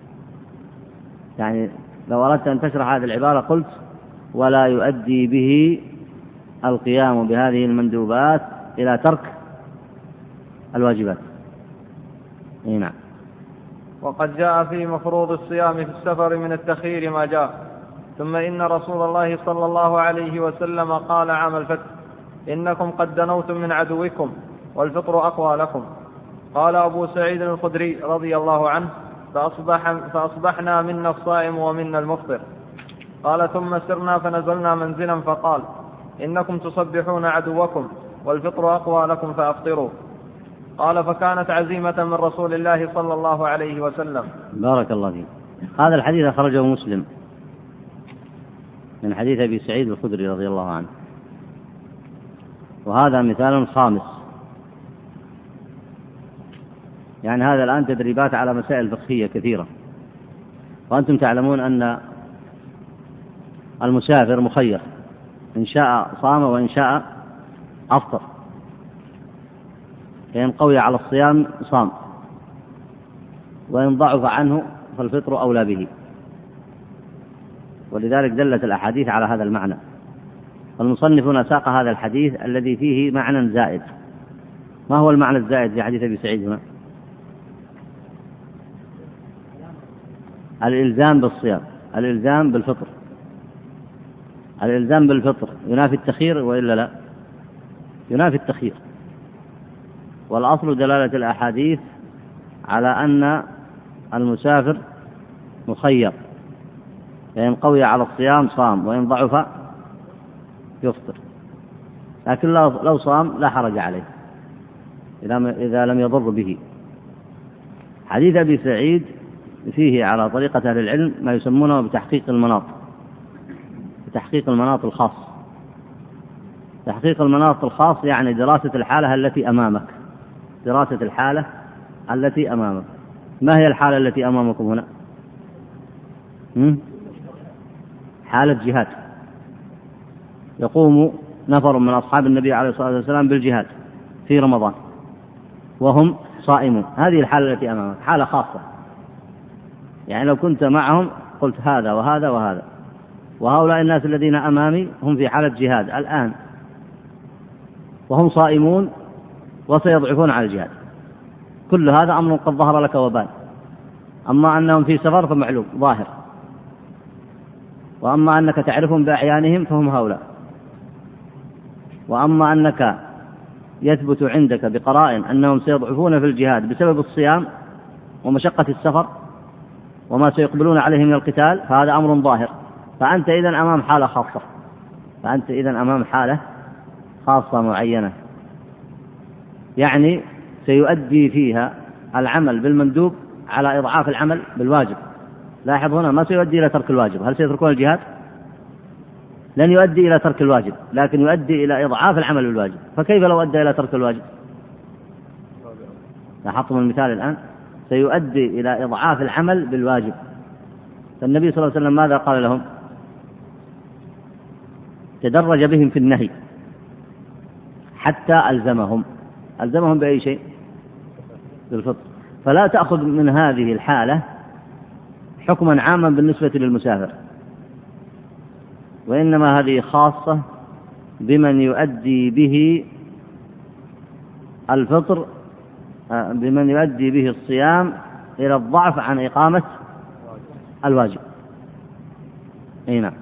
Speaker 1: يعني لو أردت أن تشرح هذه العبارة قلت ولا يؤدي به القيام بهذه المندوبات إلى ترك الواجبات. نعم.
Speaker 2: وقد جاء في مفروض الصيام في السفر من التخيير ما جاء. ثم إن رسول الله صلى الله عليه وسلم قال عام الفتح: إنكم قد دنوتم من عدوكم والفطر أقوى لكم. قال أبو سعيد الخدري رضي الله عنه: فأصبحنا منا الصائم ومنا المفطر. قال: ثم سرنا فنزلنا منزلا فقال: إنكم تصبحون عدوكم والفطر أقوى لكم فأفطروا. قال: فكانت عزيمة من رسول الله صلى الله عليه وسلم.
Speaker 1: بارك الله فيك. هذا الحديث أخرجه مسلم من حديث أبي سعيد الخدري رضي الله عنه، وهذا مثال خامس. يعني هذا الآن تدريبات على مسائل فقهية كثيرة، وأنتم تعلمون أن المسافر مخير، إن شاء صام وإن شاء أفطر، فإن قوي على الصيام صام، وإن ضعف عنه فالفطر أولى به. ولذلك دلت الأحاديث على هذا المعنى. والمصنفون ساق هذا الحديث الذي فيه معنى زائد. ما هو المعنى الزائد في حديث أبي سعيد هنا؟ الإلزام بالصيام، الإلزام بالفطر. الإلزام بالفطر ينافي التخيير وإلا لا؟ ينافي التخيير. والأصل دلالة الأحاديث على أن المسافر مخير، فإن قوي على الصيام صام، وإن ضعف يفطر. لكن لو صام لا حرج عليه إذا لم يضر به. حديث أبي سعيد فيه على طريقة أهل العلم ما يسمونه بتحقيق المناط، بتحقيق المناط الخاص. تحقيق المناط الخاص يعني دراسة الحالة التي أمامك، دراسة الحالة التي أمامك. ما هي الحالة التي أمامكم هنا؟ حالة جهاد. يقوم نفر من أصحاب النبي عليه الصلاة والسلام بالجهاد في رمضان وهم صائمون، هذه الحالة التي أمامك حالة خاصة. يعني لو كنت معهم قلت هذا وهذا وهذا، وهؤلاء الناس الذين أمامي هم في حالة جهاد الآن وهم صائمون وسيضعفون على الجهاد. كل هذا أمر قد ظهر لك وبان. أما أنهم في سفر فمعلوم ظاهر، وأما أنك تعرفهم بأعيانهم فهم هؤلاء، وأما أنك يثبت عندك بقرائن أنهم سيضعفون في الجهاد بسبب الصيام ومشقة السفر وما سيقبلون عليه من القتال، فهذا أمر ظاهر. فأنت إذن أمام حالة خاصة، فأنت إذن أمام حالة خاصة معينة، يعني سيؤدي فيها العمل بالمندوب على إضعاف العمل بالواجب. لاحظ هنا ما سيؤدي إلى ترك الواجب. هل سيتركون الجهاد؟ لن يؤدي إلى ترك الواجب، لكن يؤدي إلى إضعاف العمل بالواجب. فكيف لو أدى إلى ترك الواجب؟ لاحظتم المثال الآن؟ سيؤدي إلى إضعاف العمل بالواجب. فالنبي صلى الله عليه وسلم ماذا قال لهم؟ تدرج بهم في النهي حتى ألزمهم بأي شيء؟ بالفطر. فلا تأخذ من هذه الحالة حكما عاما بالنسبة للمسافر، وإنما هذه خاصة بمن يؤدي به الفطر، بمن يؤدي به الصيام إلى الضعف عن إقامة الواجب. نعم.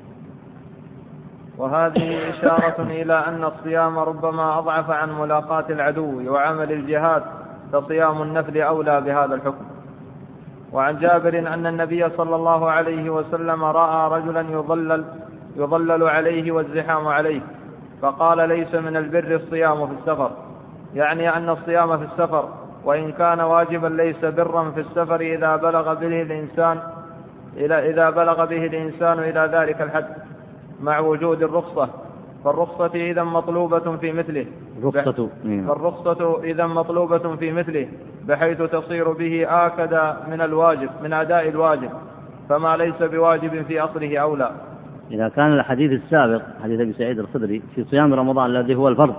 Speaker 2: وهذه إشارة إلى أن الصيام ربما أضعف عن ملاقاة العدو وعمل الجهاد، فصيام النفل أولى بهذا الحكم. وعن جابر أن النبي صلى الله عليه وسلم رأى رجلا يظلل عليه والزحام عليه، فقال: ليس من البر الصيام في السفر، يعني أن الصيام في السفر وإن كان واجبا ليس برا في السفر إذا بلغ به الإنسان إلى ذلك الحد مع وجود الرخصة. فالرخصة إذا مطلوبة في مثله، بحيث تصير به آكد من الواجب من أداء الواجب، فما ليس بواجب في أصله أولى.
Speaker 1: إذا كان الحديث السابق حديث أبي سعيد الخدري في صيام رمضان الذي هو الفرض،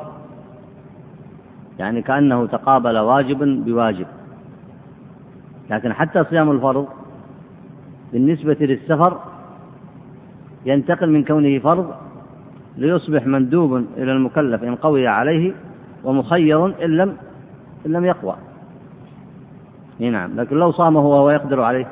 Speaker 1: يعني كأنه تقابل واجب بواجب، لكن حتى صيام الفرض بالنسبة للسفر ينتقل من كونه فرض ليصبح مندوب إلى المكلف إن قوي عليه، ومخير إن لم يقوى. نعم، لكن لو صامه وهو يقدر عليه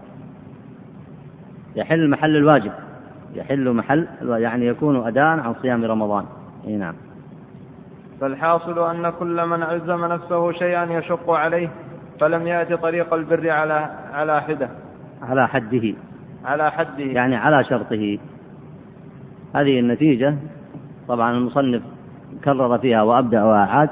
Speaker 1: يحل محل الواجب، يعني يكون أداء عن صيام رمضان. نعم.
Speaker 2: فالحاصل أن كل من ألزم نفسه شيئا يشق عليه فلم يأتي طريق البر على حده يعني على شرطه. هذه النتيجة طبعا المصنف كرر فيها وأبدأ وأعاد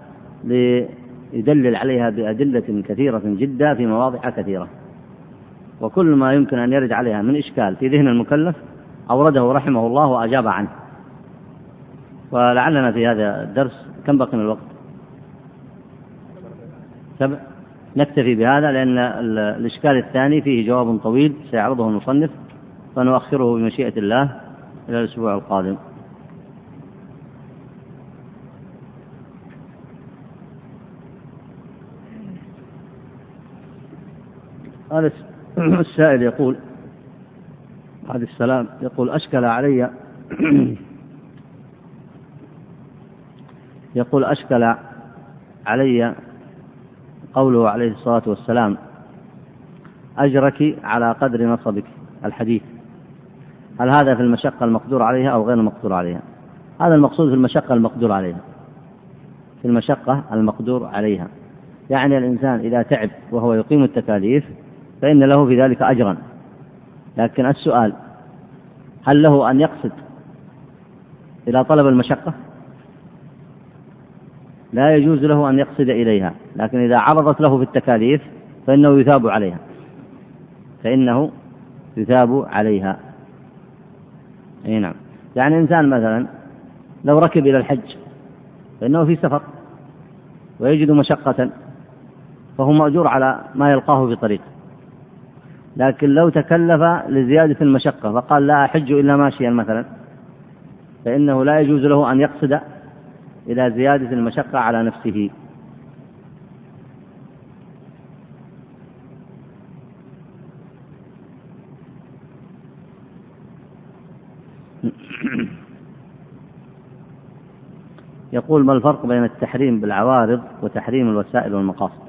Speaker 2: ليدلل عليها بأدلة كثيرة جدا في مواضع كثيرة، وكل ما يمكن أن يرد عليها من إشكال في ذهن المكلف أورده رحمه الله وأجاب عنه. ولعلنا في هذا الدرس كم بقي من الوقت؟ 7. نكتفي بهذا لأن الإشكال الثاني فيه جواب طويل سيعرضه المصنف، فنؤخره بمشيئة الله إلى الأسبوع القادم. هذا السائل يقول عليه السلام يقول أشكل علي قوله عليه الصلاة والسلام أجرك على قدر نصبك، الحديث، هل هذا في المشقة المقدور عليها أو غير المقدور عليها؟ هذا المقصود في المشقة المقدور عليها، يعني الإنسان إذا تعب وهو يقيم التكاليف فإن له في ذلك أجرا، لكن السؤال هل له أن يقصد إلى طلب المشقة؟ لا يجوز له أن يقصد إليها، لكن إذا عرضت له في التكاليف فإنه يثاب عليها. نعم. يعني إنسان مثلا لو ركب إلى الحج فإنه في سفر ويجد مشقة فهو مأجور على ما يلقاه في طريق، لكن لو تكلف لزيادة المشقة فقال لا أحج إلا ماشيا مثلا، فإنه لا يجوز له أن يقصد إلى زيادة المشقة على نفسه. يقول ما الفرق بين التحريم بالعوارض وتحريم الوسائل والمقاصد؟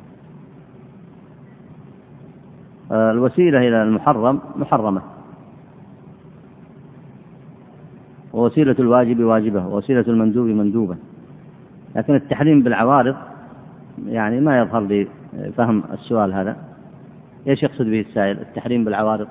Speaker 2: الوسيلة إلى المحرم محرمة، ووسيلة الواجب واجبة، ووسيلة المندوب مندوبة، لكن التحريم بالعوارض يعني ما يظهر لي فهم السؤال هذا، ايش يقصد به السائل التحريم بالعوارض؟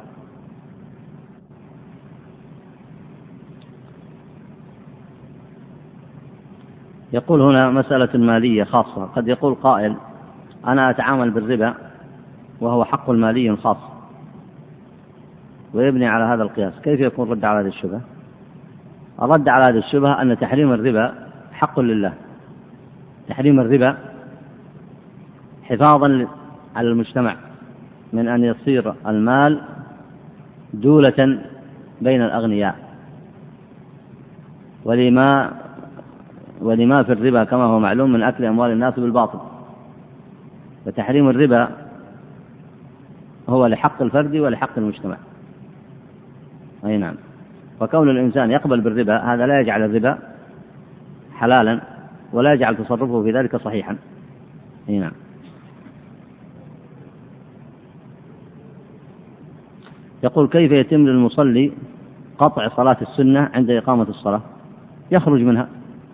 Speaker 2: يقول هنا مسألة مالية خاصة، قد يقول قائل أنا أتعامل بالربا وهو حق مالي خاص، ويبني على هذا القياس، كيف يكون رد على هذه الشبهة؟ الرد على هذه الشبهة أن تحريم الربا حق لله، تحريم الربا حفاظا على المجتمع من أن يصير المال دولة بين الأغنياء، ولما في الربا كما هو معلوم من أكل أموال الناس بالباطل، فتحريم الربا هو لحق الفرد ولحق المجتمع. أي نعم. وكون الإنسان يقبل بالربا هذا لا يجعل الربا حلالا ولا يجعل تصرفه في ذلك صحيحا. أي نعم. يقول كيف يتم للمصلي قطع صلاة السنة عند إقامة الصلاة؟ يخرج منها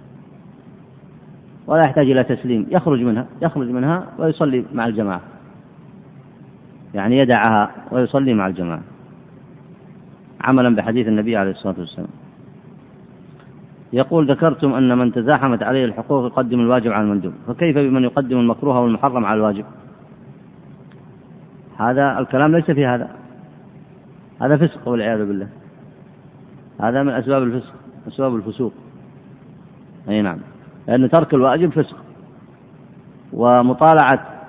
Speaker 2: ولا يحتاج إلى تسليم، يخرج منها ويصلي مع الجماعة، يعني يدعها ويصلي مع الجماعة عملا بحديث النبي عليه الصلاة والسلام. يقول ذكرتم أن من تزاحمت عليه الحقوق يقدم الواجب على المندوب، فكيف بمن يقدم المكروه والمحرم على الواجب؟ هذا الكلام ليس في هذا فسق والعياذ بالله، هذا من أسباب الفسق، أسباب الفسوق. أي نعم، لأن ترك الواجب فسق، ومطالعة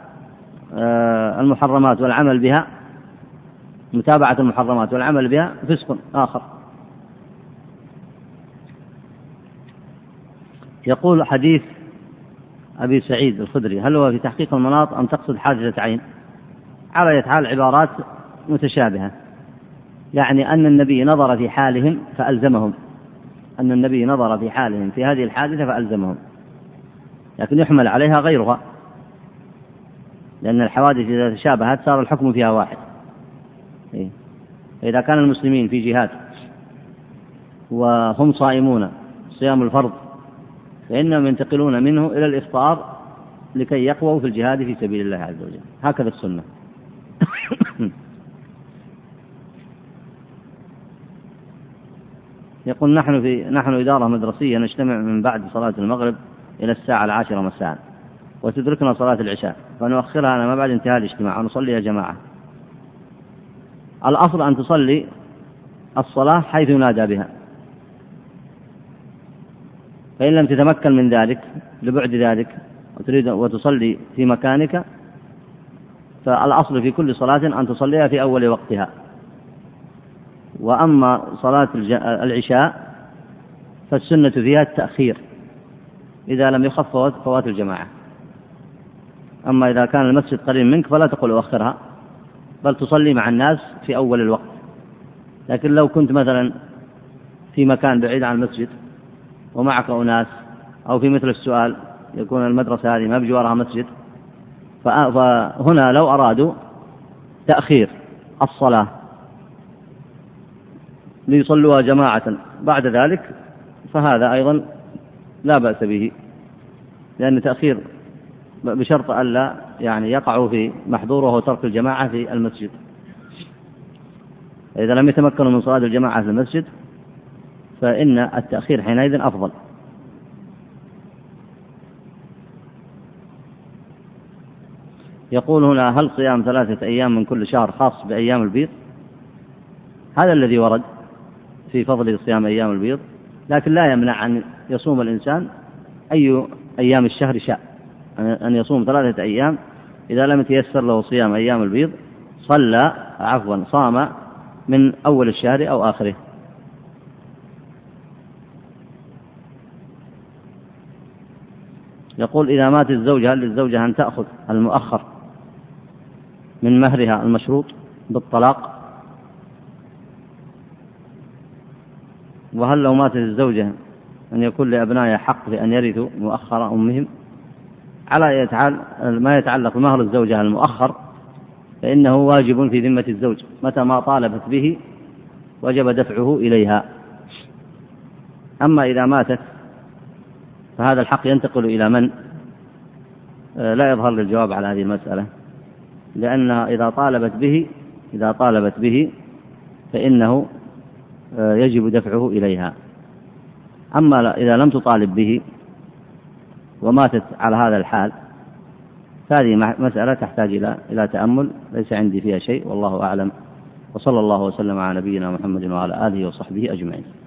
Speaker 1: المحرمات والعمل بها، متابعة المحرمات والعمل بها فسق آخر. يقول حديث أبي سعيد الخدري: هل هو في تحقيق المناط أم تقصد حادثة عين؟ على أية حال عبارات متشابهة، يعني أن النبي نظر في حالهم فألزمهم، أن النبي نظر في حالهم في هذه الحادثة فألزمهم، لكن يحمل عليها غيرها، لأن الحوادث إذا تشابهت صار الحكم فيها واحد. إذا كان المسلمين في جهاد وهم صائمون صيام الفرض فإنهم ينتقلون منه إلى الإفطار لكي يقووا في الجهاد في سبيل الله عز وجل، هكذا السنة. يقول: نحن إدارة مدرسية نجتمع من بعد صلاة المغرب إلى الساعة 10 مساء، وتدركنا صلاة العشاء فنؤخرها على ما بعد انتهاء الاجتماع ونصلي يا جماعة. الأصل أن تصلي الصلاة حيث ينادى بها، فإن لم تتمكن من ذلك لبعد ذلك وتريد وتصلي في مكانك، فالأصل في كل صلاة أن تصليها في أول وقتها. وأما صلاة العشاء فالسنة فيها التأخير إذا لم يخف فوات الجماعة. أما إذا كان المسجد قريب منك فلا تقل أؤخرها، بل تصلي مع الناس في أول الوقت. لكن لو كنت مثلا في مكان بعيد عن المسجد ومعك أناس، أو في مثل السؤال يكون المدرسة هذه ما بجوارها مسجد، فهنا لو أرادوا تأخير الصلاة ليصلوها جماعة بعد ذلك فهذا أيضا لا بأس به، لأن تأخير بشرط ألا يعني يقعوا في محظوره وترك الجماعة في المسجد. إذا لم يتمكنوا من صلاة الجماعة في المسجد فإن التأخير حينئذ أفضل. يقول هنا: هل صيام 3 أيام من كل شهر خاص بأيام البيض؟ هذا الذي ورد في فضل صيام أيام البيض، لكن لا يمنع أن يصوم الإنسان أي أيام الشهر شاء، أن يصوم 3 أيام إذا لم يتيسر له صيام أيام البيض صام من أول الشهر أو آخره. يقول: إذا مات الزوجة هل للزوجة أن تأخذ المؤخر من مهرها المشروط بالطلاق؟ وهل لو ماتت الزوجة أن يكون لأبنائها حق في أن يرثوا مؤخر أمهم؟ على ما يتعلق بمهر الزوجة المؤخر فإنه واجب في ذمة الزوج، متى ما طالبت به وجب دفعه إليها. أما إذا ماتت فهذا الحق ينتقل إلى من؟ لا يظهر للجواب على هذه المسألة، لأنها إذا طالبت به فإنه يجب دفعه إليها. أما إذا لم تطالب به وماتت على هذا الحال فهذه مسألة تحتاج إلى تأمل، ليس عندي فيها شيء، والله أعلم. وصلى الله وسلم على نبينا محمد وعلى آله وصحبه أجمعين.